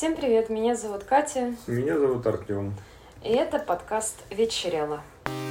Всем привет, меня зовут Катя. Меня зовут Артем. И это подкаст «Вечерело».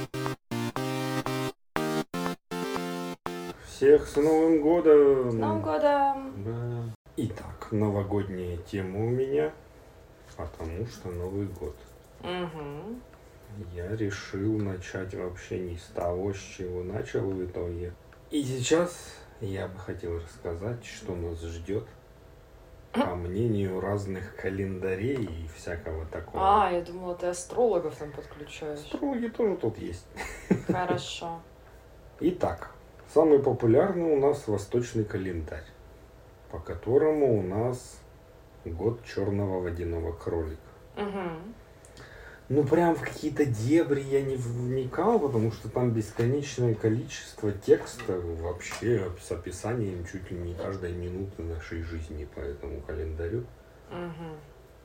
Всех с Новым годом! С Новым годом! Да. Итак, новогодняя тема у меня, потому что Новый год. Угу. Я решил начать вообще не с того, с чего начал в итоге. И сейчас я бы хотел рассказать, что нас ждет по мнению разных календарей и всякого такого. Я думала, ты астрологов там подключаешь. Астрологи тоже тут есть. Хорошо. Итак, самый популярный у нас восточный календарь, по которому у нас год черного водяного кролика. Угу. Ну, прям в какие-то дебри я не вникал, потому что там бесконечное количество текста вообще с описанием чуть ли не каждой минуты нашей жизни по этому календарю. Угу.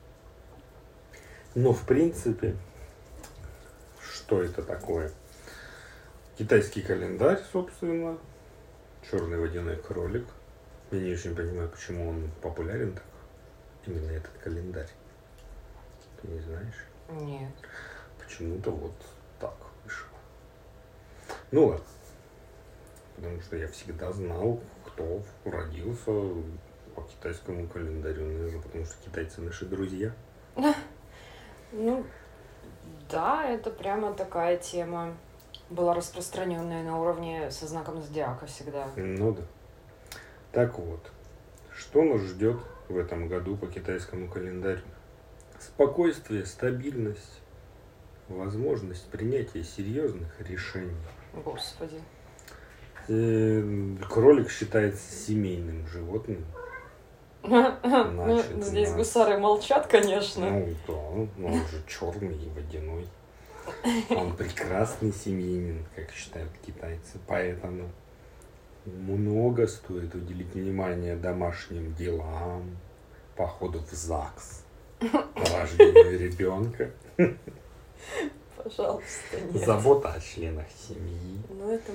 Но, в принципе, что это такое? Китайский календарь, собственно, черный водяной кролик. Я не очень понимаю, почему он популярен так, именно этот календарь. Ты не знаешь? Нет. Почему-то вот так вышло. Ну ладно. Потому что я всегда знал, кто родился по китайскому календарю. Наверное, потому что китайцы наши друзья. Ну, да, это прямо такая тема была распространенная на уровне со знаком зодиака всегда. Ну да. Так вот, что нас ждет в этом году по китайскому календарю? Спокойствие, стабильность, возможность принятия серьезных решений. Господи. Кролик считается семейным животным. Значит, здесь гусары молчат, конечно. Ну да, но он же черный и водяной. Он прекрасный семьянин, как считают китайцы. Поэтому много стоит уделить внимание домашним делам, походу в ЗАГС, рождению ребенка. Пожалуйста, нет. Забота о членах семьи. Ну, это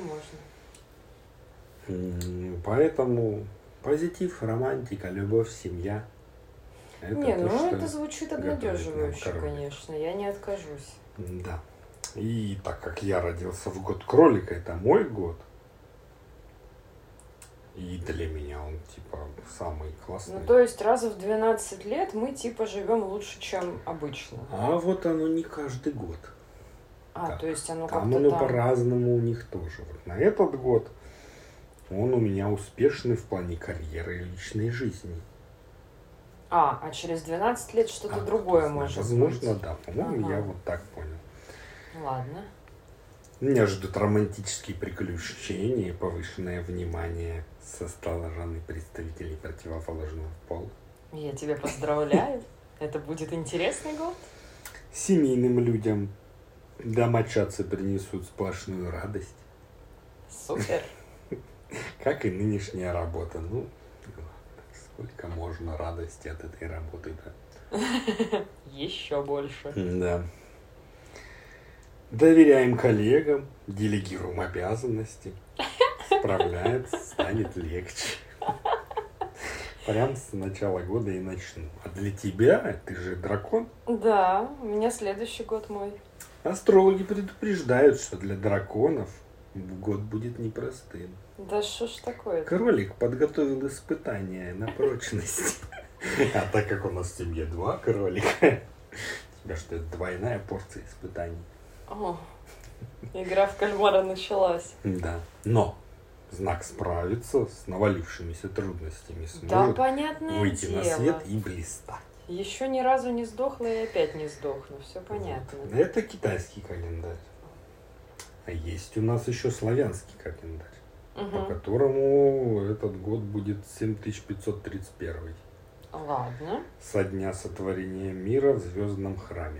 можно. Поэтому позитив, романтика, любовь, семья. Это звучит обнадеживающе, конечно. Я не откажусь. Да. И так как я родился в год кролика, это мой год. И для меня он, самый классный. Ну, то есть, раз в 12 лет мы, живем лучше, чем обычно. А вот оно не каждый год. Так. То есть оно там как-то оно по-разному у них тоже. Вот на этот год он у меня успешный в плане карьеры и личной жизни. А через 12 лет что-то другое может быть. Возможно, да. По-моему, я вот так понял. Ладно. Меня ждут романтические приключения, повышенное внимание со стороны представителей противоположного пола. Я тебя поздравляю. Это будет интересный год. Семейным людям домочадцы принесут сплошную радость. Супер. Как и нынешняя работа. Ну, сколько можно радости от этой работы, да? Еще больше. Да. Доверяем коллегам, делегируем обязанности. Справляется, станет легче. Прям с начала года и начну. А для тебя, ты же дракон. Да, у меня следующий год мой. Астрологи предупреждают, что для драконов год будет непростым. Да что ж такое? Кролик подготовил испытания на прочность. А так как у нас в семье 2 кролика, у тебя что, это двойная порция испытаний. О, игра в кальмара началась. Да, но знак справится с навалившимися трудностями, сможет выйти на свет и блистать. Еще ни разу не сдохла и опять не сдохну, все понятно. Вот. Это китайский календарь. А есть у нас еще славянский календарь, по которому этот год будет 7531. Ладно. Со дня сотворения мира в звездном храме.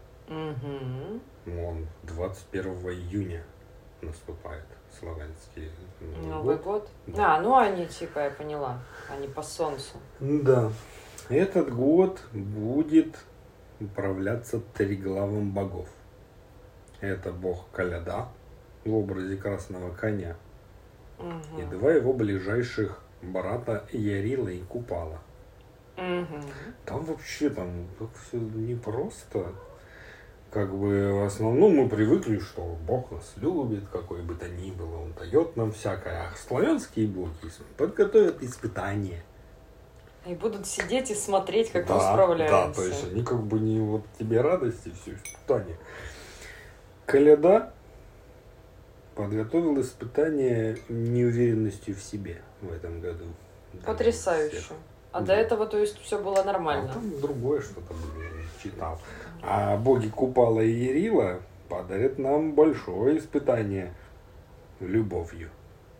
Угу. Он 21 июня наступает, славянский Новый год. Да. Они я поняла, они по солнцу. Да. Этот год будет управляться триглавым богов. Это бог Коляда в образе красного коня. И 2 его ближайших брата Ярила и Купала. Мгм. Там вообще там так все непросто. Как бы в основном мы привыкли, что Бог нас любит, какой бы то ни было, Он дает нам всякое. А славянские боги подготовят испытания. И будут сидеть и смотреть, как мы Да, справляемся. то есть они как бы не вот тебе радости, все испытания. Коляда подготовил испытание неуверенностью в себе в этом году. Потрясающе. А до Да. этого, то есть, все было А нормально. там другое что-то было, читал. А боги Купала и Ярила подарят нам большое испытание любовью.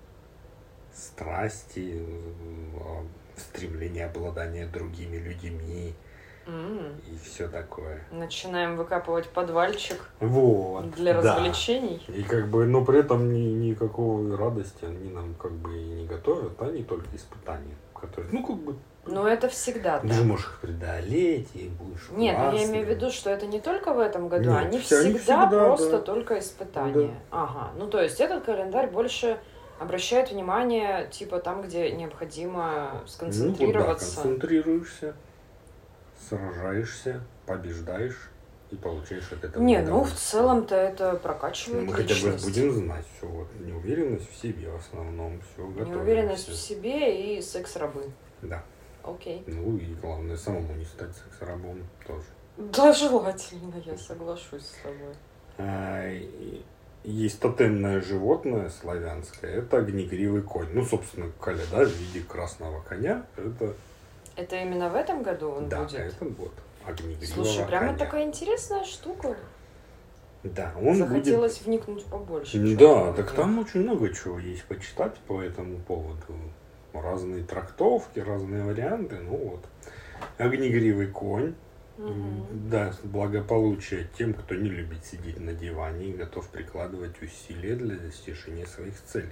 Страсти, стремление обладания другими людьми и все такое. Начинаем выкапывать подвальчик Вот. для да. развлечений. И как бы, но при этом никакой радости они нам как бы и не готовят, они только испытания, которые, ну как бы. Но это всегда Ты так. же можешь их преодолеть и будешь Нет, но я классным. имею в виду, что это не только в этом году, Нет, они все- они всегда всегда, просто да. только испытания. Ага. Ну, то есть этот календарь больше обращает внимание, типа, там, где необходимо сконцентрироваться. Ну, вот, да, концентрируешься, сражаешься, побеждаешь и получаешь от этого Не, ну в удовольствие. целом-то это Ну, прокачивает мы хотя бы личность. будем знать все, вот, неуверенность в себе в основном, все готовимся. Неуверенность в себе и секс-рабы. Да. Окей. Ну и главное, самому не стать секс-рабом тоже. Да, желательно, я соглашусь с тобой. Есть тотемное животное славянское, это огнегривый конь. Ну, собственно, коляда в виде красного коня, Это именно в этом году он да, будет? это вот огнегривого Слушай, прямо коня. такая интересная штука. Да, он Захотелось вникнуть побольше. будет... чего Да, там так у там них. очень много чего есть почитать по этому поводу. Разные трактовки, разные варианты. Ну вот, огнегривый конь даст благополучие тем, кто не любит сидеть на диване и готов прикладывать усилия для достижения своих целей.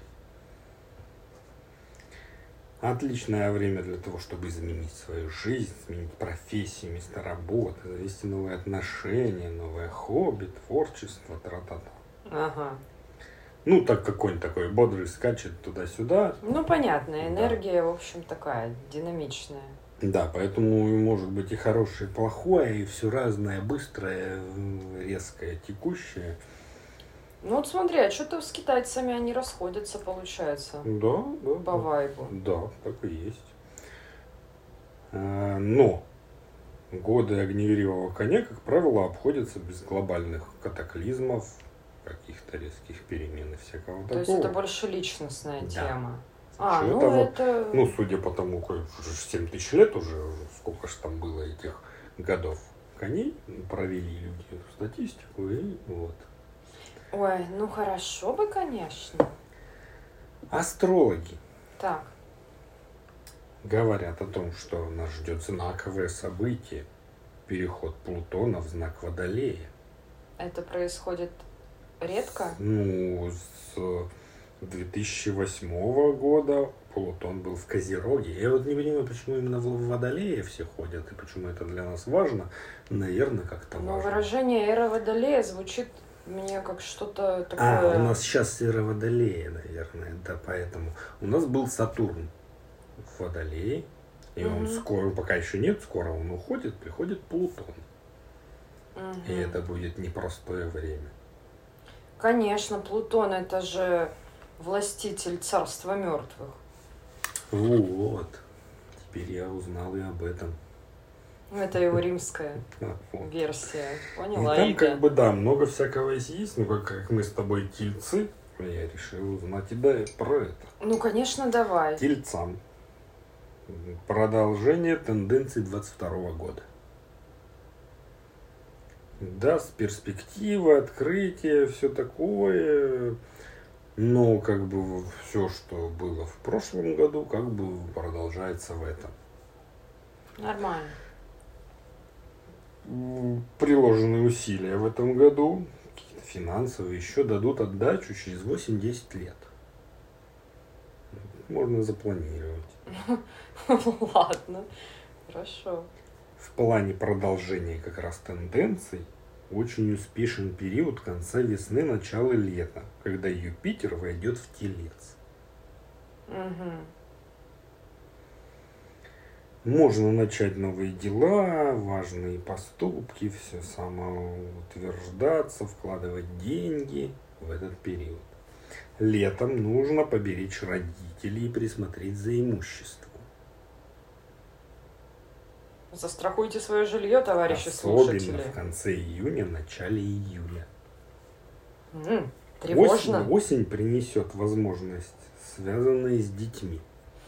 Отличное время для того, чтобы изменить свою жизнь, сменить профессию, место работы, завести новые отношения, новое хобби, творчество, тра-та-та. Ага. Ну, так как конь такой бодрый, скачет туда-сюда. Ну, понятно, Да. энергия, в общем, такая динамичная. Да, поэтому может быть и хорошее, и плохое, и все разное, быстрое, резкое, текущее. Ну вот смотри, а что-то с китайцами они расходятся, получается, Да, да. по вайбу. Да, так и есть. Но годы огневиривого коня, как правило, обходятся без глобальных катаклизмов, каких-то резких перемен и всякого То такого. есть это больше личностная Да. тема. Что Ну это вот, это... ну, судя по тому, как уже 7 тысяч лет уже, сколько же там было этих годов коней, провели люди статистику, и вот. Ой, ну хорошо бы, конечно. Астрологи Так, говорят о том, что нас ждет знаковое событие, переход Плутона в знак Водолея. это происходит редко? Ну, с 2008 года Плутон был в Козероге. Я вот не понимаю, почему именно в Водолее все ходят, и почему это для нас важно. Наверное, как-то Но важно. выражение эра Водолея звучит мне как что-то такое... У нас сейчас эра Водолея, наверное, да, поэтому. У нас был Сатурн в Водолее, и он скоро, пока еще нет, скоро он уходит, приходит Плутон. И это будет непростое время. Конечно, Плутон это же властитель царства мертвых. Вот. Теперь я узнал и об этом. Это его римская Вот. версия. И Поняла, там Игорь? как бы, да, много всякого есть, но как мы с тобой тельцы, я решил узнать и да, про это. Ну, конечно, давай. Тельцам. Продолжение тенденций 22 года. Даст перспективы, открытия, все такое. Но как бы все, что было в прошлом году, как бы продолжается в этом. Нормально. Приложенные усилия в этом году, какие-то финансовые, еще дадут отдачу через 8-10 лет. Можно запланировать. Ладно, хорошо. В плане продолжения как раз тенденций очень успешен период конца весны, начала лета, когда Юпитер войдет в Телец. Можно начать новые дела, важные поступки, все самоутверждаться, вкладывать деньги в этот период. Летом нужно поберечь родителей и присмотреть за имуществом. Застрахуйте свое жилье, товарищи Особенно слушатели. в конце июня, начале июля. Тревожно. Осень принесет возможность, связанные с детьми.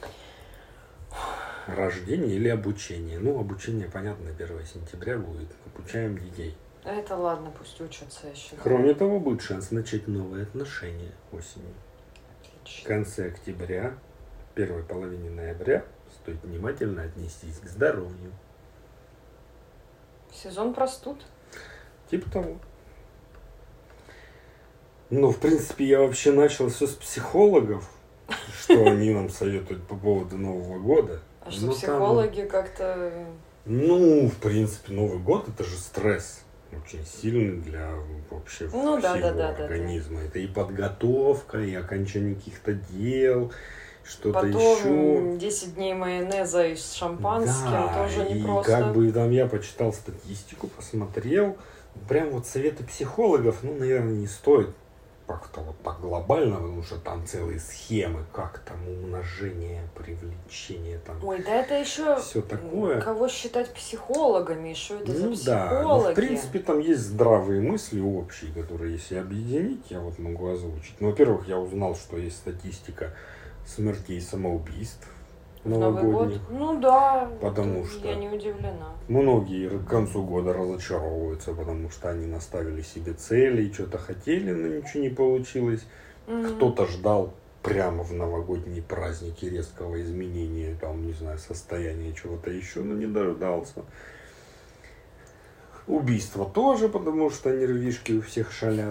Рождение или обучение. Ну, обучение, понятно, 1 сентября будет. Обучаем детей. Это ладно, пусть учатся еще. Кроме того, будет шанс начать новые отношения осенью. В Отлично. конце октября, первой половине ноября стоит внимательно отнестись к здоровью. Сезон простуд. Типа того. Ну, в принципе, я вообще начал все с психологов, что они нам советуют по поводу Нового года. А что Ну, психологи как-то... Ну, в принципе, Новый год это же стресс. Очень сильный для вообще Ну, да, всего да, организма. Это и подготовка, и окончание каких-то дел, что-то Потом еще. 10 дней майонеза и с шампанским Да, тоже и непросто. как бы там я почитал статистику, посмотрел. Прям вот советы психологов, ну, наверное, не стоит как-то вот так глобально, потому что там целые схемы, как там умножение, привлечение, там Ой, да это еще все такое. кого считать психологами, что это за Ну да, но психологи? в принципе там есть здравые мысли общие, которые если объединить, я вот могу озвучить. Ну, во-первых, я узнал, что есть статистика смертей и самоубийств В Новый год? новогодних. Ну да, Потому это что я не удивлена. Многие к концу года разочаровываются, потому что они наставили себе цели и что-то хотели, но ничего не получилось. Кто-то ждал прямо в новогодние праздники резкого изменения, там, не знаю, состояния чего-то еще, но не дождался. Убийства тоже, потому что нервишки у всех шалят.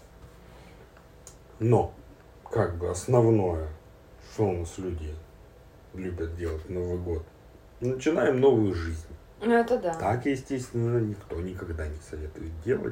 Но, как бы основное, что у нас люди любят делать в Новый год? Начинаем новую жизнь. Ну это да. Так, естественно, никто никогда не советует делать.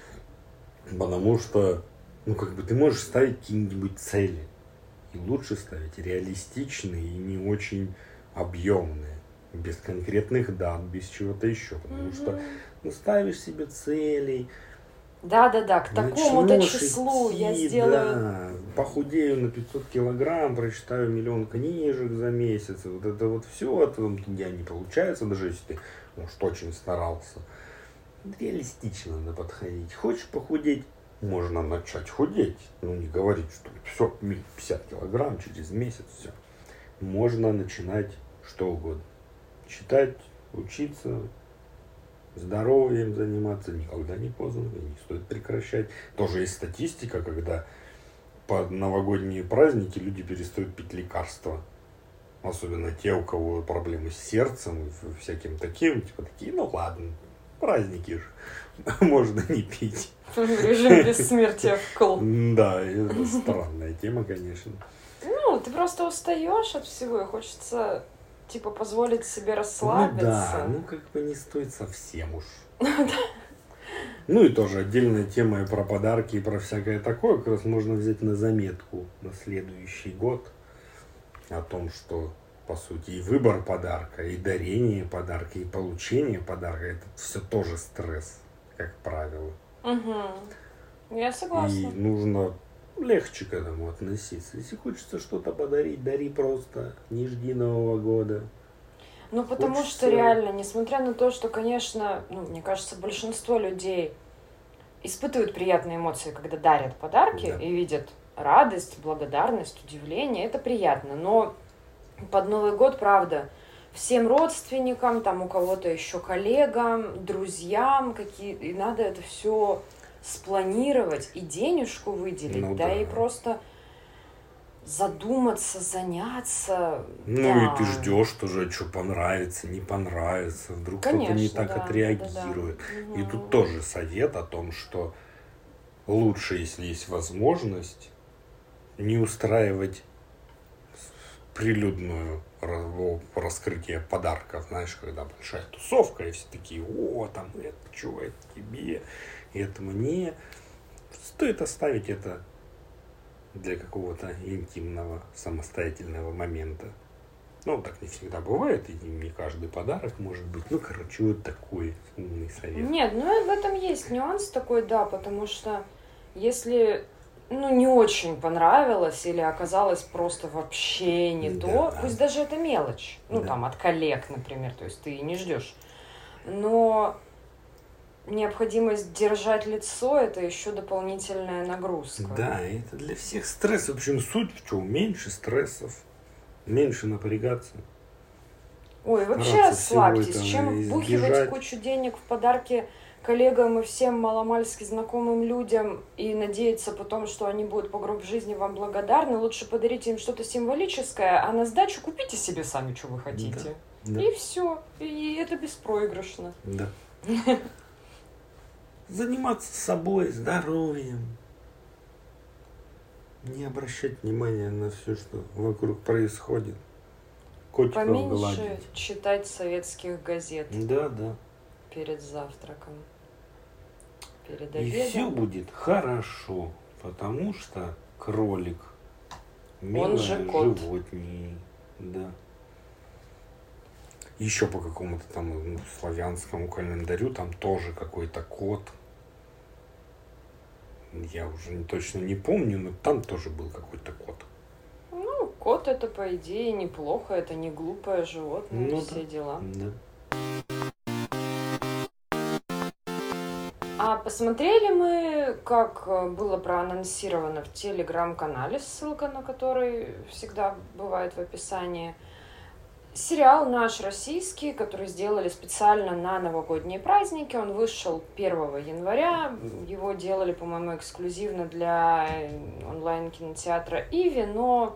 Потому что, ну, как бы ты можешь ставить какие-нибудь цели. И лучше ставить реалистичные и не очень объемные. Без конкретных дат, без чего-то еще. Потому что, ну, ставишь себе цели. Да-да-да, к такому-то начнешь числу я идти, сделаю... да, похудею на 500 килограмм, прочитаю 1 миллион книжек за месяц. Вот это вот все, это у тебя не получается, даже если ты, может, очень старался. Реалистично надо подходить. Хочешь похудеть? Можно начать худеть. Ну, не говорить, что все, 50 килограмм через месяц, все. Можно начинать что угодно. Читать, учиться, здоровьем заниматься. Никогда не поздно, и не стоит прекращать. Тоже есть статистика, когда под новогодние праздники люди перестают пить лекарства. Особенно те, у кого проблемы с сердцем и всяким таким. Типа такие, ну ладно, праздники же. Можно не пить. Режим бессмертия вкл. Да, это странная тема, конечно. Ну, ты просто устаешь от всего и хочется, типа, позволить себе расслабиться. Ну да, ну как бы не стоит совсем уж. Ну и тоже отдельная тема и про подарки, и про всякое такое. Как раз можно взять на заметку на следующий год. О том, что, по сути, и выбор подарка, и дарение подарка, и получение подарка, это все тоже стресс, как правило. Угу. Я согласна. И нужно легче к этому относиться. Если хочется что-то подарить, дари просто, не жди Нового года. Ну, потому Хочется... что реально, несмотря на то, что, конечно, ну, мне кажется, большинство людей испытывают приятные эмоции, когда дарят подарки и видят радость, благодарность, удивление, это приятно. Но под Новый год, правда, всем родственникам, там у кого-то еще коллегам, друзьям, и надо это все спланировать и денежку выделить, Ну, да, и просто задуматься, заняться. Ну да. и ты ждешь тоже, что понравится, не понравится, вдруг Конечно, кто-то не так да, отреагирует. Да. И тут тоже совет о том, что лучше, если есть возможность, не устраивать прилюдную раскрытие подарков, знаешь, когда большая тусовка, и все такие, о, там, это что, это тебе, это мне. Стоит оставить это для какого-то интимного, самостоятельного момента. Ну, так не всегда бывает, и не каждый подарок может быть. Ну, короче, вот такой умный совет. Нет, ну в этом есть нюанс такой, да, потому что если, ну, не очень понравилось или оказалось просто вообще не то, пусть даже это мелочь, ну, там, от коллег, например, то есть ты и не ждешь, но необходимость держать лицо — это еще дополнительная нагрузка. Да, это для всех стресс. В общем, суть в чем? Меньше стрессов, меньше напрягаться. Ой, вообще расслабьтесь. Чем вбухивать кучу денег в подарки коллегам и всем маломальски знакомым людям и надеяться потом, что они будут по гроб жизни вам благодарны, лучше подарите им что-то символическое, а на сдачу купите себе сами, что вы хотите. Да. И все. И это беспроигрышно. Да. Заниматься собой, здоровьем. Не обращать внимания на все, что вокруг происходит. Котиков поменьше гладить. читать советских газет. Да, да. Перед завтраком. Перед обедом. И все будет хорошо, потому что кролик милое животное. Да. Еще по какому-то там славянскому календарю там тоже какой-то кот. Я уже точно не помню, но там тоже был какой-то кот. Ну, кот — это, по идее, неплохо, это не глупое животное, ну, все да. дела. Да. А посмотрели мы, как было проанонсировано в телеграм-канале, ссылка на который всегда бывает в описании, сериал наш российский, который сделали специально на новогодние праздники. Он вышел 1 января. Его делали, по-моему, эксклюзивно для онлайн-кинотеатра Иви, но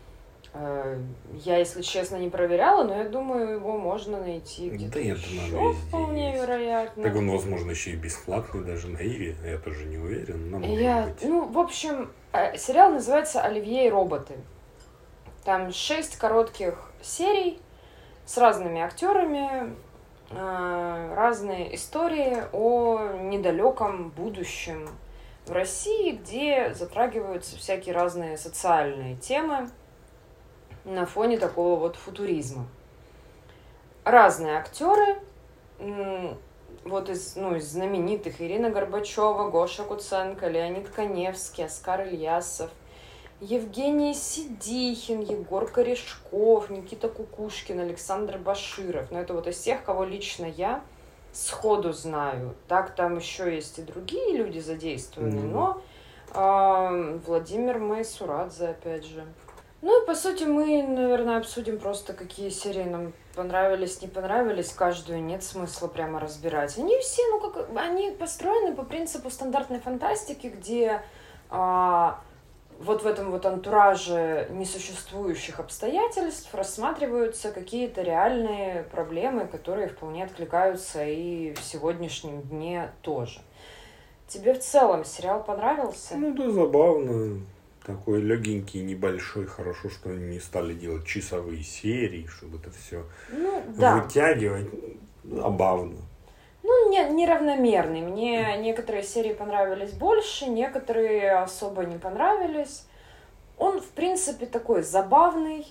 я, если честно, не проверяла, но я думаю, его можно найти где-то еще вполне вероятно. Так он, возможно, еще и бесплатный даже на Иви, я тоже не уверен, но может быть. Ну, в общем, сериал называется «Оливье и роботы». Там 6 коротких серий с разными актерами, разные истории о недалеком будущем в России, где затрагиваются всякие разные социальные темы на фоне такого вот футуризма. Разные актеры, вот из знаменитых: Ирина Горбачева, Гоша Куценко, Леонид Каневский, Оскар Ильясов, Евгений Сидихин, Егор Корешков, Никита Кукушкин, Александр Баширов. Но это вот из тех, кого лично я сходу знаю. Так, там еще есть и другие люди задействованы, но Владимир Майсурадзе, опять же. Ну и, по сути, мы, наверное, обсудим просто, какие серии нам понравились, не понравились. Каждую нет смысла прямо разбирать. Они все, они построены по принципу стандартной фантастики, где вот в этом вот антураже несуществующих обстоятельств рассматриваются какие-то реальные проблемы, которые вполне откликаются и в сегодняшнем дне тоже. Тебе в целом сериал понравился? Ну да, забавно. Такой легенький, небольшой. Хорошо, что они не стали делать часовые серии, чтобы это все вытягивать. Забавно. Ну, неравномерный. Мне некоторые серии понравились больше, некоторые особо не понравились. Он, в принципе, такой забавный.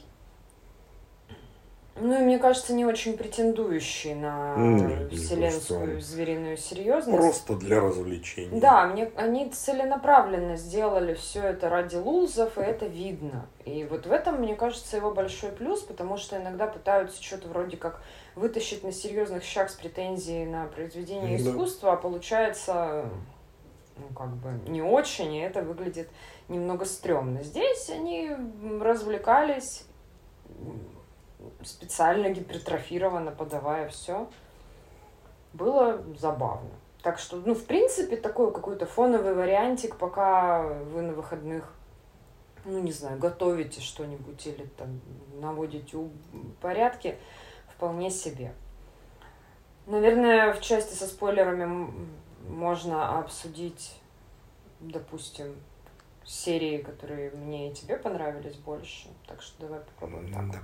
Ну, и мне кажется, не очень претендующий на вселенскую звериную серьезность. Просто для развлечения. Да, они целенаправленно сделали все это ради лузов, и это видно. И вот в этом, мне кажется, его большой плюс, потому что иногда пытаются что-то вроде как вытащить на серьезных щах с претензией на произведение искусства, а получается, не очень, и это выглядит немного стрёмно. Здесь они развлекались, специально гипертрофированно подавая все. Было забавно. Так что, в принципе, такой какой-то фоновый вариантик, пока вы на выходных, готовите что-нибудь или там наводите порядки, вполне себе. Наверное, в части со спойлерами можно обсудить, допустим, серии, которые мне и тебе понравились больше. Так что давай попробуем так.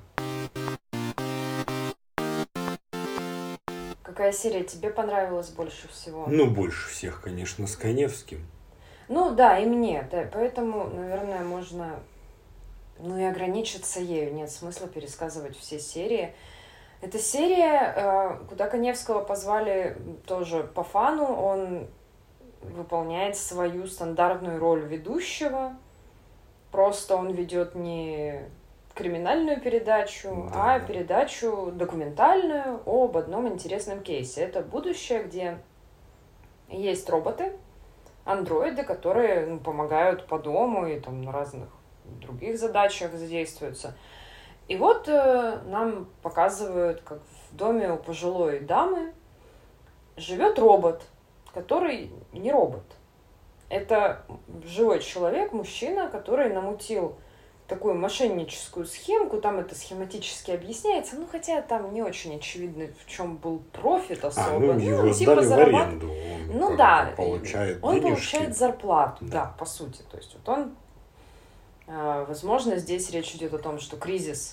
Какая серия тебе понравилась больше всего? Больше всех, конечно, с Каневским. Да, и мне. Да, поэтому, наверное, можно ну и ограничиться ею. Нет смысла пересказывать все серии. Эта серия, куда Каневского позвали тоже по фану, он выполняет свою стандартную роль ведущего. Просто он ведет не криминальную передачу, Да. а передачу документальную об одном интересном кейсе. Это будущее, где есть роботы, андроиды, которые помогают по дому и там на разных других задачах задействуются. И вот нам показывают, как в доме у пожилой дамы живет робот, который не робот. Это живой человек, мужчина, который намутил такую мошенническую схемку, там это схематически объясняется, ну хотя там не очень очевидно, в чем был профит особо. Его типа сдали в аренду, он получает он денежки. получает зарплату, да, по сути. То есть вот он, возможно, здесь речь идет о том, что кризис,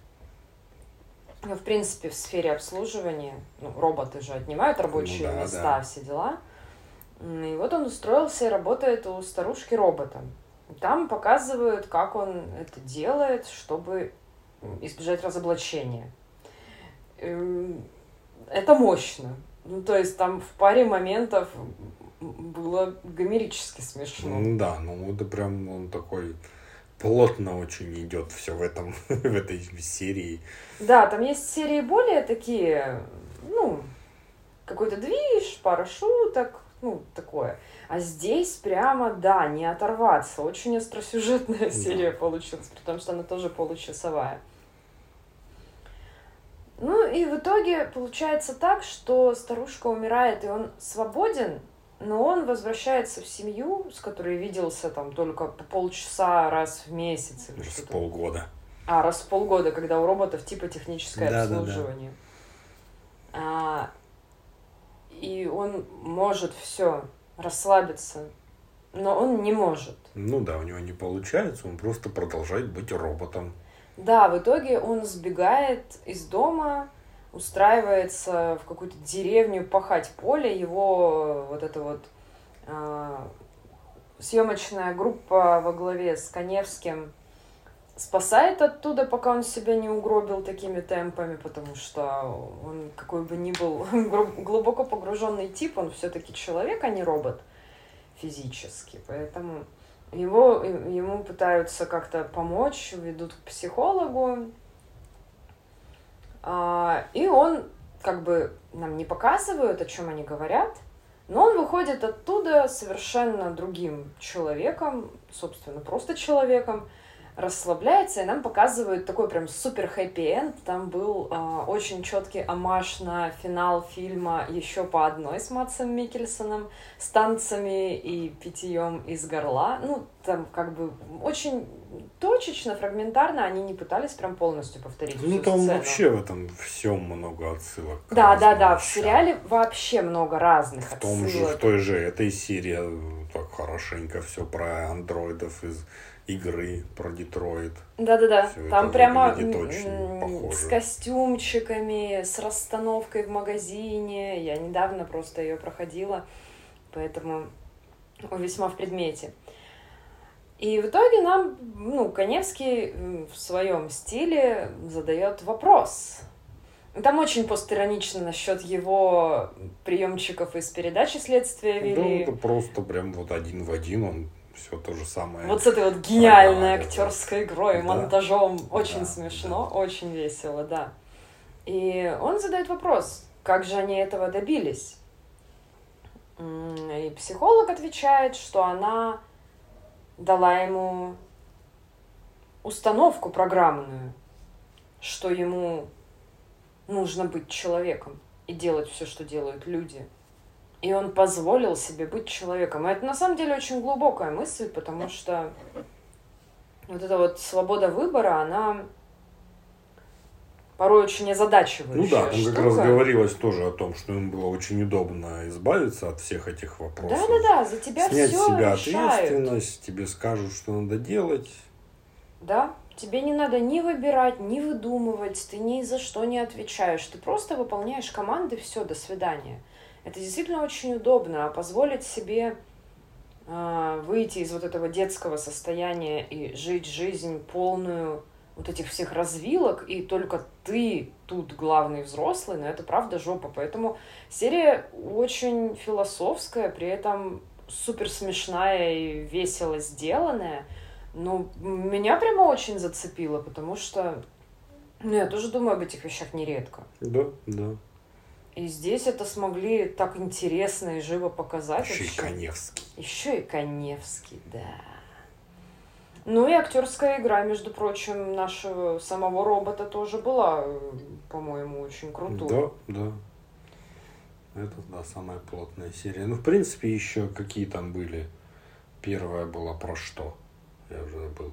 в принципе, в сфере обслуживания, роботы же отнимают рабочие места, все дела. И вот он устроился и работает у старушки-робота. Там показывают, как он это делает, чтобы избежать разоблачения. Это мощно. Ну, то есть там в паре моментов было гомерически смешно. Да, ну это прям он такой плотно очень идет все в этой серии. Да, там есть серии более такие, какой-то движ, пара шуток, такое. А здесь прямо, да, не оторваться. Очень остросюжетная серия получилась, потому что она тоже получасовая. Ну и в итоге получается так, что старушка умирает, и он свободен, но он возвращается в семью, с которой виделся там только по полчаса раз в месяц. Или раз в полгода. Раз в полгода, когда у роботов типа техническое обслуживание. И он может все расслабиться, но он не может. Ну да, у него не получается, он просто продолжает быть роботом. Да, в итоге он сбегает из дома, устраивается в какую-то деревню пахать поле. Его вот эта вот съемочная группа во главе с Каневским спасает оттуда, пока он себя не угробил такими темпами, потому что он, какой бы ни был глубоко погруженный тип, он все-таки человек, а не робот физически. Поэтому ему пытаются как-то помочь, ведут к психологу. И он, нам не показывают, о чем они говорят, но он выходит оттуда совершенно другим человеком, собственно, просто человеком, расслабляется, и нам показывают такой прям супер хэппи-энд. Там был очень четкий омаж на финал фильма «Еще по одной» с Мадсом Миккельсеном, с танцами и питьем из горла. Там очень точечно, фрагментарно, они не пытались прям полностью повторить всю там сцену. вообще в этом всем много отсылок. Да, в сериале вообще много разных отсылок. В той же этой серии так хорошенько все про андроидов из игры, про Детройт. Да. Там прямо с костюмчиками, с расстановкой в магазине. Я недавно просто ее проходила, поэтому весьма в предмете. И в итоге нам, Каневский в своем стиле задает вопрос. Там очень постиронично насчет его приемчиков из передачи «Следствие вели». Да, это просто прям вот один в один он все то же самое. Вот с этой вот гениальной актерской игрой, монтажом. Очень смешно, очень весело, да. И он задает вопрос, как же они этого добились? И психолог отвечает, что она дала ему установку программную, что ему нужно быть человеком и делать все, что делают люди. И он позволил себе быть человеком. И это на самом деле очень глубокая мысль, потому что вот эта вот свобода выбора, она порой очень озадачивающая там штука. как раз говорилось тоже о том, что им было очень удобно избавиться от всех этих вопросов. Да, за тебя снять все с себя решают. ответственность, тебе скажут, что надо делать. Да, тебе не надо ни выбирать, ни выдумывать, ты ни за что не отвечаешь. Ты просто выполняешь команды, все, до свидания. Это действительно очень удобно, а позволить себе выйти из вот этого детского состояния и жить жизнь полную вот этих всех развилок, и только ты тут главный взрослый, но это правда жопа. Поэтому серия очень философская, при этом супер смешная и весело сделанная. Но меня прямо очень зацепило, потому что я тоже думаю об этих вещах нередко. Да, да. И здесь это смогли так интересно и живо показать. Еще и Каневский. Еще и Каневский, да. Ну и актерская игра, между прочим, нашего самого робота тоже была, по-моему, очень крутой. Да. Это, да, самая плотная серия. Ну, в принципе, еще какие там были. Первая была про что? Я уже забыл.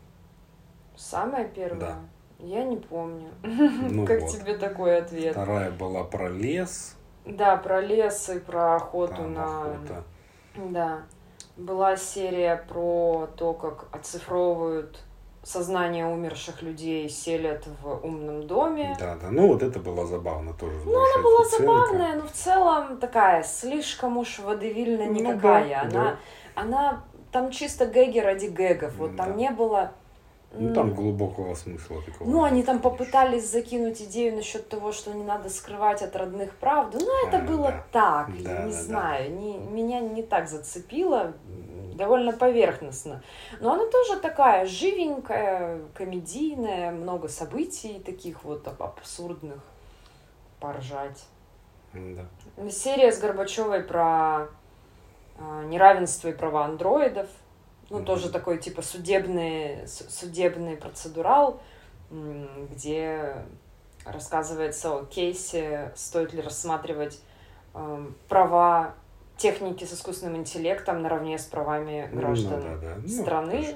Самая первая? Да. Я не помню. Ну как вот. тебе такой ответ? Вторая была про лес. Да, про лес и про охоту Там на... охота. Да. Была серия про то, как оцифровывают сознание умерших людей, селят в умном доме. Да. Ну вот это было забавно тоже. Ну, она была забавная, но в целом такая слишком уж водевильно никакая. Да. Она там чисто гэги ради гэгов. Вот там не было... Ну, там глубокого смысла такого. Ну, они там попытались закинуть идею насчет того, что не надо скрывать от родных правду. Ну, это было так, не знаю. Меня не так зацепило, довольно поверхностно. Но она тоже такая живенькая, комедийная, много событий таких вот абсурдных, поржать. Да. Серия с Горбачевой про неравенство и права андроидов. Ну, тоже такой, типа, судебный процедурал, где рассказывается о кейсе, стоит ли рассматривать права техники с искусственным интеллектом наравне с правами граждан страны.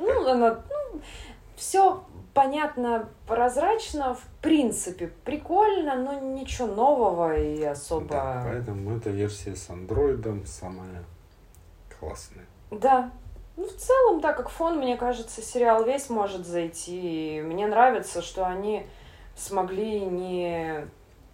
Все понятно, прозрачно, в принципе, прикольно, но ничего нового и особо... Да, поэтому эта версия с андроидом самая классная. Да. Ну, в целом, да, как фон, мне кажется, сериал весь может зайти. И мне нравится, что они смогли не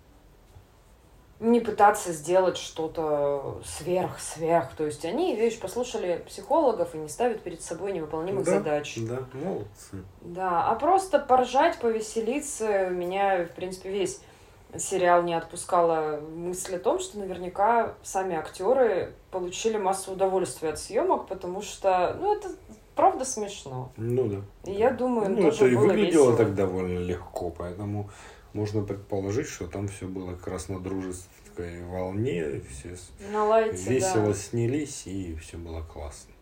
пытаться сделать что-то сверх. То есть они, видишь, послушали психологов и не ставят перед собой невыполнимых задач. Да, молодцы. Да, а просто поржать, повеселиться. Меня, в принципе, весь сериал не отпускала мысль о том, что наверняка сами актеры получили массу удовольствия от съемок, потому что, это правда смешно. Ну да. И я думаю, им тоже это было и выглядело весело. так довольно легко, поэтому можно предположить, что там все было как раз на дружеской волне, все весело снялись, и все было классно.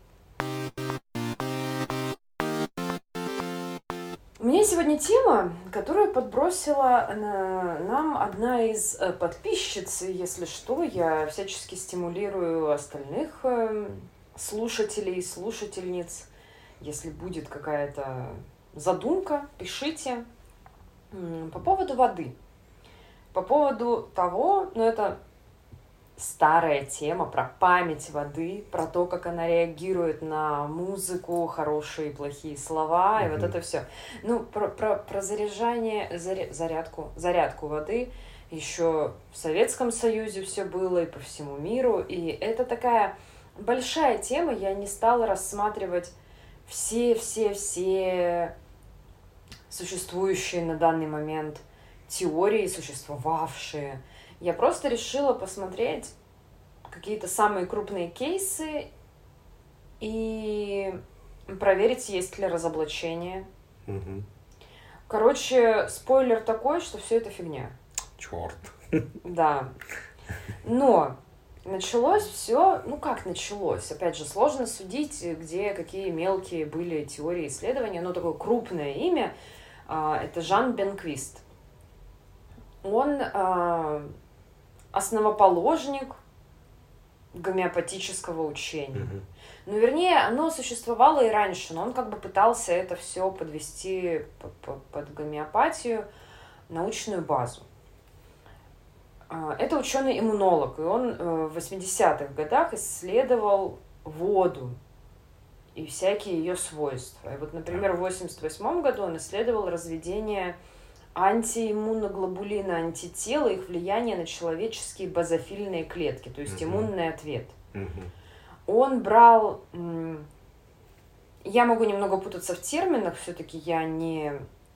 У меня сегодня тема, которую подбросила нам одна из подписчиц. Если что, я всячески стимулирую остальных слушателей, слушательниц. Если будет какая-то задумка, пишите. По поводу воды. По поводу того, это старая тема про память воды, про то, как она реагирует на музыку, хорошие и плохие слова, и вот это все. Про зарядку воды еще в Советском Союзе все было и по всему миру, и это такая большая тема, я не стала рассматривать все существующие на данный момент теории, существовавшие. Я просто решила посмотреть какие-то самые крупные кейсы и проверить, есть ли разоблачение. Угу. Короче, спойлер такой, что все это фигня. Черт. Да. Но началось все, как началось? Опять же, сложно судить, где какие мелкие были теории исследования, но такое крупное имя — это Жан Бенквист. Он основоположник гомеопатического учения. Вернее, оно существовало и раньше, но он пытался это все подвести под гомеопатию, научную базу. Это ученый-иммунолог, и он в 80-х годах исследовал воду и всякие ее свойства. И вот, например, в 88 году он исследовал разведение антииммуноглобулина антител и их влияние на человеческие базофильные клетки, то есть иммунный ответ. Он брал... Я могу немного путаться в терминах, все-таки я не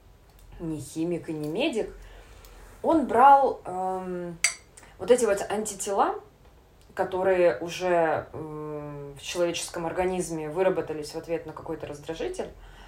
химик и не медик. Он брал вот эти вот антитела, которые уже в человеческом организме выработались в ответ на какой-то раздражитель.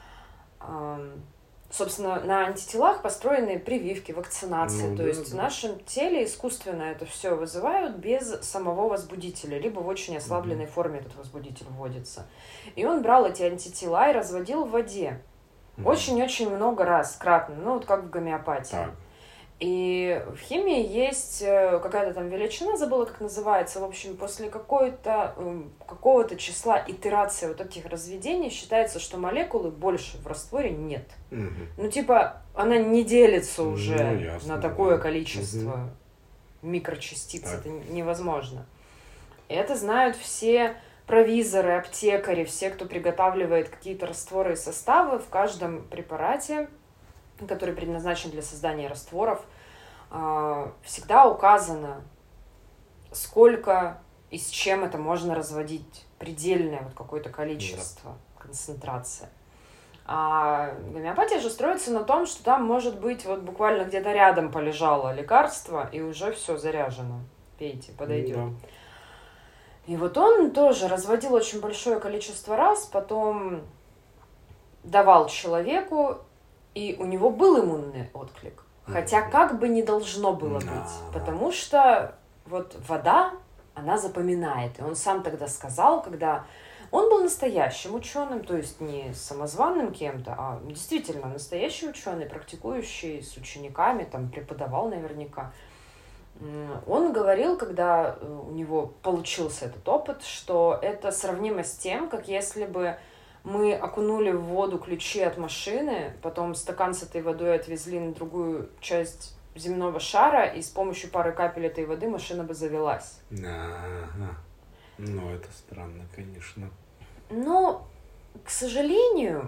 Собственно, на антителах построены прививки, вакцинации. То есть в нашем теле искусственно это все вызывают без самого возбудителя, либо в очень ослабленной форме этот возбудитель вводится. И он брал эти антитела и разводил в воде. Очень-очень много раз, кратно, ну вот как в гомеопатии. Так. И в химии есть какая-то там величина, забыла, как называется. В общем, после какого-то числа итераций вот этих разведений считается, что молекулы больше в растворе нет. Ну, типа, она не делится уже ясно, на такое количество микрочастиц. Так. Это невозможно. И это знают все провизоры, аптекари, все, кто приготавливает какие-то растворы и составы. В каждом препарате, который предназначен для создания растворов, всегда указано, сколько и с чем это можно разводить. Предельное вот какое-то количество, концентрация. А гомеопатия же строится на том, что там может быть вот буквально где-то рядом полежало лекарство, и уже все заряжено. Пейте, подойдет. И вот он тоже разводил очень большое количество раз, потом давал человеку, и у него был иммунный отклик. Хотя как бы не должно было быть. Потому что вот вода, она запоминает. И он сам тогда сказал, когда... Он был настоящим ученым, то есть не самозваным кем-то, а действительно настоящий ученый, практикующий с учениками, там преподавал наверняка. Он говорил, когда у него получился этот опыт, что это сравнимо с тем, как если бы мы окунули в воду ключи от машины, потом стакан с этой водой отвезли на другую часть земного шара, и с помощью пары капель этой воды машина бы завелась. Ну, это странно, конечно. Но, к сожалению,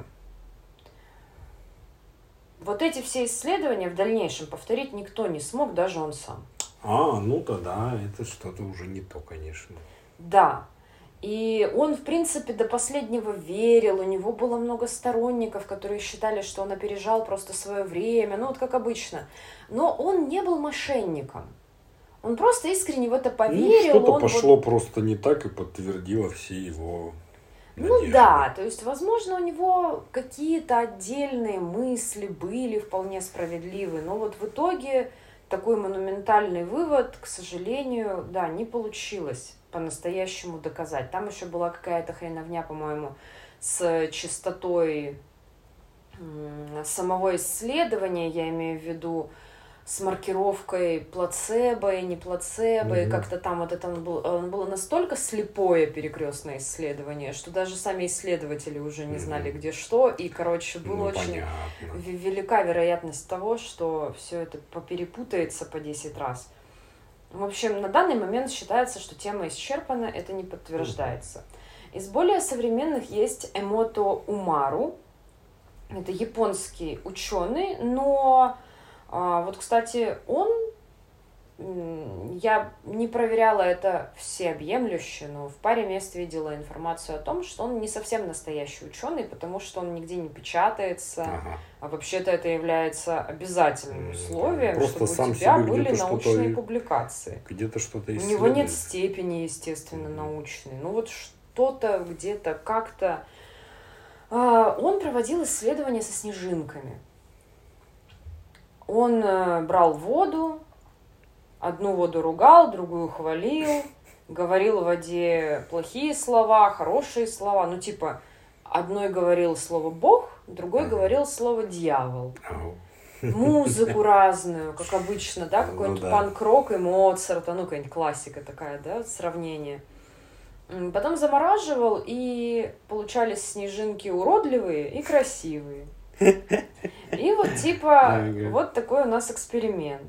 вот эти все исследования в дальнейшем повторить никто не смог, даже он сам. Ну тогда это что-то уже не то, конечно. Да. И он, в принципе, до последнего верил, у него было много сторонников, которые считали, что он опережал просто свое время, ну вот как обычно. Но он не был мошенником. Он просто искренне в это поверил. Что-то пошло просто не так и подтвердило все его надежды. Ну да, то есть, возможно, у него какие-то отдельные мысли были вполне справедливы, но вот в итоге такой монументальный вывод, к сожалению, да, не получилось по-настоящему доказать. Там еще была какая-то хреновня, по-моему, с частотой самого исследования, я имею в виду, с маркировкой плацебо и не плацебо, и как-то там вот это было настолько слепое перекрестное исследование, что даже сами исследователи уже не знали, где что, и, короче, была очень велика вероятность того, что все это поперепутается по 10 раз. В общем, на данный момент считается, что тема исчерпана, это не подтверждается. Из более современных есть Эмото Умару. Это японский ученый, но вот, кстати, я не проверяла это всеобъемлюще, но в паре мест видела информацию о том, что он не совсем настоящий ученый, потому что он нигде не печатается, а вообще-то это является обязательным условием, просто чтобы у тебя были научные публикации. Где-то что-то у него нет степени, естественно, научной. Ну вот что-то где-то как-то... Он проводил исследования со снежинками. Он брал воду, одну воду ругал, другую хвалил, говорил в воде плохие слова, хорошие слова. Ну, типа, одной говорил слово «бог», другой говорил слово «дьявол». Музыку разную, как обычно, да, какой-нибудь панк-рок и Моцарта, ну, какая-нибудь классика такая, да, сравнение. Потом замораживал, и получались снежинки уродливые и красивые. И вот типа вот такой у нас эксперимент.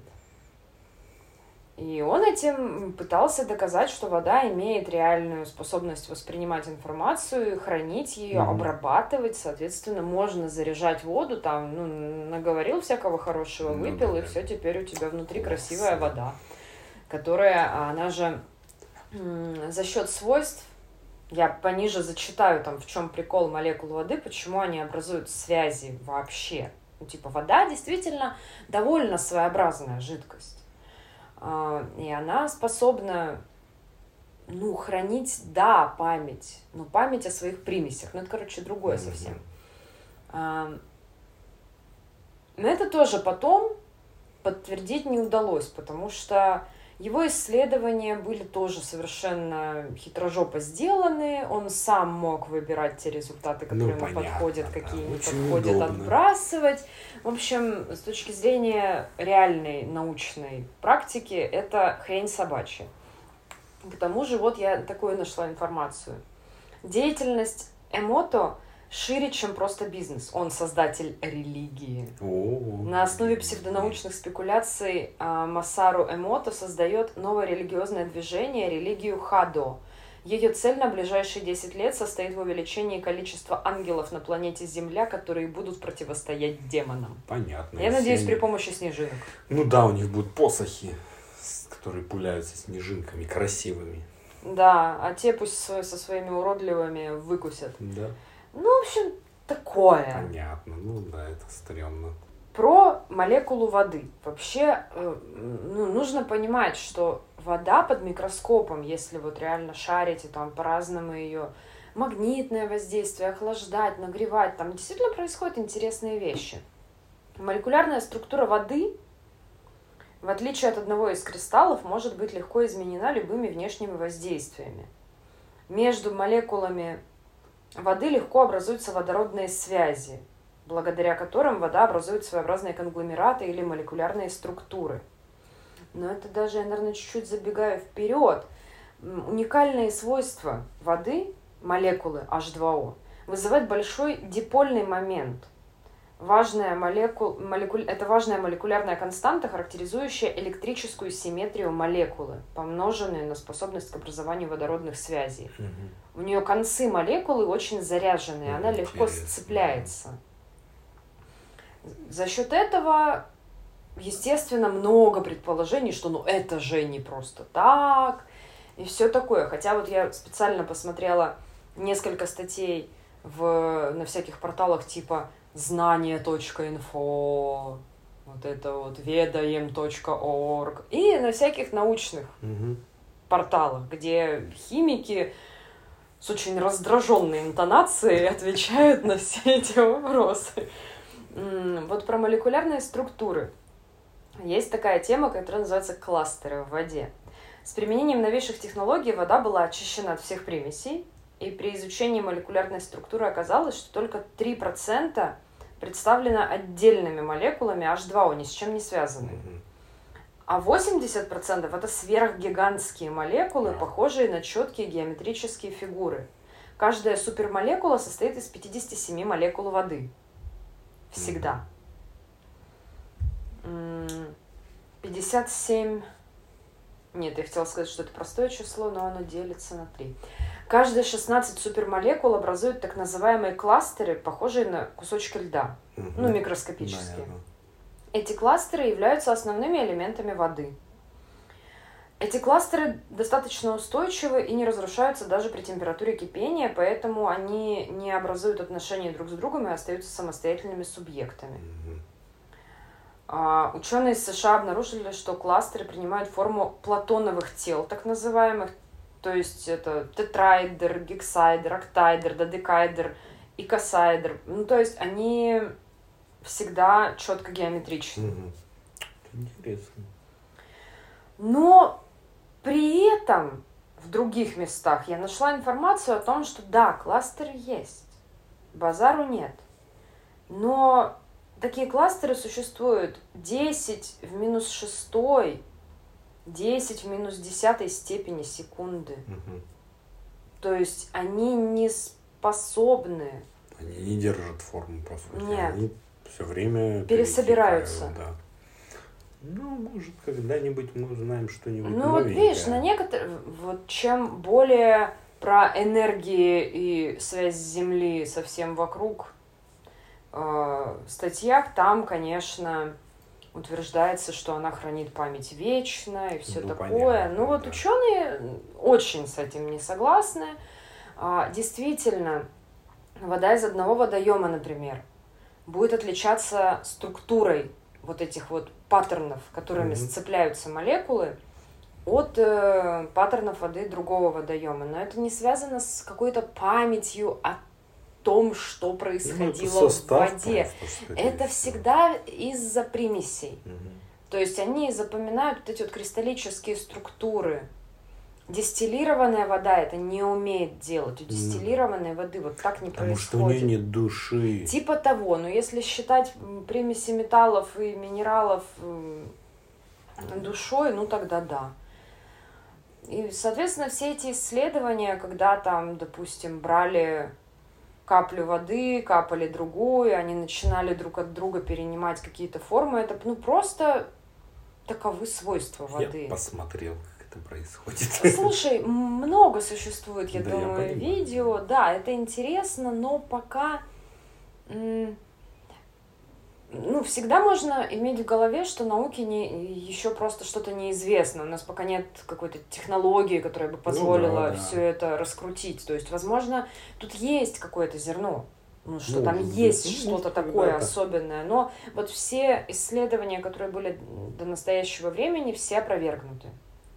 И он этим пытался доказать, что вода имеет реальную способность воспринимать информацию, хранить ее, обрабатывать. Соответственно, можно заряжать воду, там, ну, наговорил всякого хорошего, выпил, и все, теперь у тебя внутри красивая вода, которая, она же за счет свойств Я пониже зачитаю, там, в чем прикол молекул воды, почему они образуют связи вообще. Ну, типа, вода действительно довольно своеобразная жидкость. И она способна, ну, хранить, да, память. Но память о своих примесях. Ну, это, короче, другое совсем. Но это тоже потом подтвердить не удалось, потому что его исследования были тоже совершенно хитрожопо сделаны. Он сам мог выбирать те результаты, которые ему подходят, какие не подходят, отбрасывать. В общем, с точки зрения реальной научной практики, это хрень собачья. К тому же, вот я такую нашла информацию. Деятельность Эмото шире, чем просто бизнес. Он создатель религии. На основе псевдонаучных спекуляций Масару Эмото создает новое религиозное движение, религию Хадо. Ее цель на ближайшие 10 лет состоит в увеличении количества ангелов на планете Земля, которые будут противостоять демонам. Понятно. Я надеюсь, при помощи снежинок. Ну да, у них будут посохи, которые пуляются снежинками красивыми. Да, а те пусть со своими уродливыми выкусят. Да. Ну, в общем, такое. Понятно. Ну да, это стрёмно. Про молекулу воды. Вообще, нужно понимать, что вода под микроскопом, если вот реально шарить и там по-разному ее магнитное воздействие, охлаждать, нагревать, там действительно происходят интересные вещи. Молекулярная структура воды, в отличие от одного из кристаллов, может быть легко изменена любыми внешними воздействиями. Между молекулами воды легко образуются водородные связи, благодаря которым вода образует своеобразные конгломераты или молекулярные структуры. Но это даже, я, наверное, чуть-чуть забегаю вперед. Уникальные свойства воды, молекулы H2O, вызывают большой дипольный момент. Это важная молекулярная константа, характеризующая электрическую симметрию молекулы, помноженную на способность к образованию водородных связей. У нее концы молекулы очень заряженные, она легко сцепляется. За счет этого, естественно, много предположений, что ну это же не просто так, и все такое. Хотя вот я специально посмотрела несколько статей на всяких порталах типа знание.инфо, вот это вот ведаем.орг, и на всяких научных порталах, где химики с очень раздраженной интонацией отвечают на все эти вопросы. Вот про молекулярные структуры. Есть такая тема, которая называется кластеры в воде. С применением новейших технологий вода была очищена от всех примесей, и при изучении молекулярной структуры оказалось, что только 3% представлено отдельными молекулами H2O, ни с чем не связанными. А 80% это сверхгигантские молекулы, похожие на четкие геометрические фигуры. Каждая супермолекула состоит из 57 молекул воды. Всегда. 57... Нет, я хотела сказать, что это простое число, но оно делится на 3. Каждые 16 супермолекул образуют так называемые кластеры, похожие на кусочки льда, ну, микроскопические. Эти кластеры являются основными элементами воды. Эти кластеры достаточно устойчивы и не разрушаются даже при температуре кипения, поэтому они не образуют отношения друг с другом и остаются самостоятельными субъектами. Ученые из США обнаружили, что кластеры принимают форму платоновых тел, так называемых, то есть это тетраэдр, гексаэдр, октаэдр, додекаэдр, икосаэдр. Ну, то есть они всегда четко геометричны. Интересно. Но при этом в других местах я нашла информацию о том, что да, кластеры есть, базару нет. Но такие кластеры существуют 10 в минус 6, 10 в минус 10 степени секунды. То есть они не способны... Они не держат форму, по сути. Нет. Они все время пересобираются. Да. Ну, может, когда-нибудь мы узнаем что-нибудь Ну, новенькое. вот видишь, на некоторых... Вот чем более про энергии и связь Земли со всем вокруг статьях, там, конечно, утверждается, что она хранит память вечно и все такое. Понятно, Ну, вот ученые очень с этим не согласны. Действительно, вода из одного водоема, например, будет отличаться структурой вот этих вот паттернов, которыми сцепляются молекулы, от паттернов воды другого водоема. Но это не связано с какой-то памятью о том, что происходило в воде. Это всегда из-за примесей. То есть они запоминают вот эти вот кристаллические структуры. Дистиллированная вода это не умеет делать. У дистиллированной воды вот так не происходит. Потому что у нее нет души. Типа того. Но если считать примеси металлов и минералов душой, ну тогда да. И, соответственно, все эти исследования, когда там, допустим, брали каплю воды, капали другую, они начинали друг от друга перенимать какие-то формы, это просто таковы свойства воды. Я посмотрел, как это происходит. Слушай, много существует, я Да, думаю, я видео. Да, это интересно, но пока... всегда можно иметь в голове, что науке еще просто что-то неизвестно. У нас пока нет какой-то технологии, которая бы позволила все это раскрутить. То есть, возможно, тут есть какое-то зерно. Что там есть что-то такое особенное. Но вот все исследования, которые были до настоящего времени, все опровергнуты.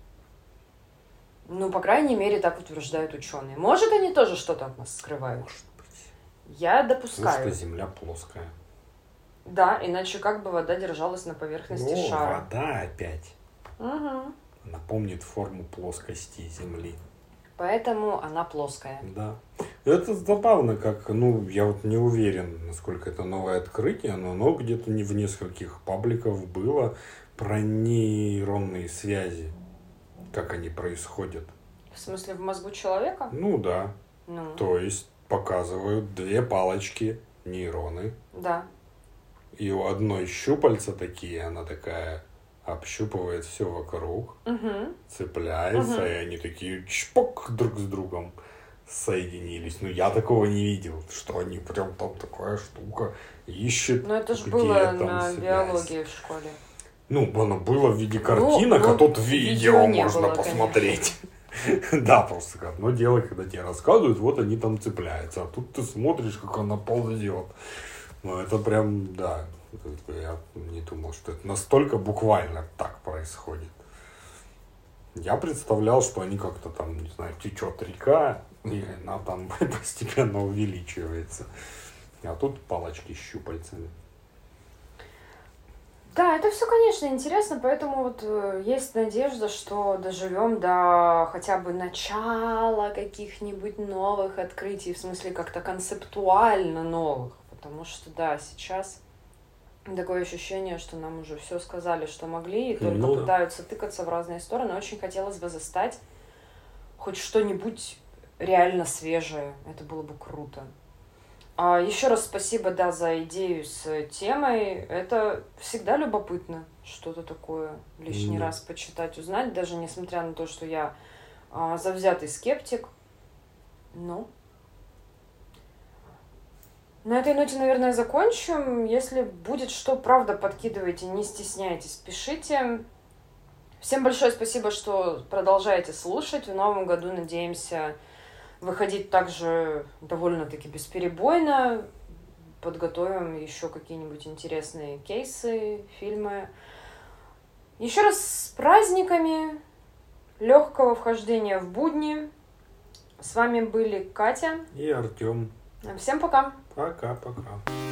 По крайней мере, так утверждают ученые. Может, они тоже что-то от нас скрывают? Может быть. Я допускаю. Потому что Земля плоская. Да, иначе как бы вода держалась на поверхности шара. Вода опять. Напомнит форму плоскости Земли. Поэтому она плоская. Да. Это забавно, как, я вот не уверен, насколько это новое открытие, но оно где-то не в нескольких пабликах было про нейронные связи, как они происходят. В смысле, в мозгу человека? Да. То есть показывают две палочки, нейроны. Да. И у одной щупальца такие, она такая общупывает все вокруг, цепляется, и они такие чпок друг с другом соединились. Я такого не видел, что они прям там такая штука ищет. Это же было на биологии в школе. Оно было в виде картинок, а тут видео можно посмотреть. Да, просто одно дело, когда тебе рассказывают, вот они там цепляются, а тут ты смотришь, как она ползет. Это прям, да, я не думал, что это настолько буквально так происходит. Я представлял, что они как-то там, не знаю, течет река, и она там постепенно увеличивается. А тут палочки с щупальцами. Да, это все, конечно, интересно, поэтому есть надежда, что доживем до хотя бы начала каких-нибудь новых открытий, в смысле как-то концептуально новых. Потому что, да, сейчас такое ощущение, что нам уже все сказали, что могли, и только пытаются тыкаться в разные стороны. Очень хотелось бы застать хоть что-нибудь реально свежее. Это было бы круто. Еще раз спасибо, да, за идею с темой. Это всегда любопытно что-то такое лишний раз почитать, узнать, даже несмотря на то, что я завзятый скептик. На этой ноте, наверное, закончим. Если будет что, правда, подкидывайте, не стесняйтесь, пишите. Всем большое спасибо, что продолжаете слушать. В новом году надеемся выходить также довольно-таки бесперебойно. Подготовим еще какие-нибудь интересные кейсы, фильмы. Еще раз с праздниками, легкого вхождения в будни. С вами были Катя и Артем. Всем пока. Пока-пока.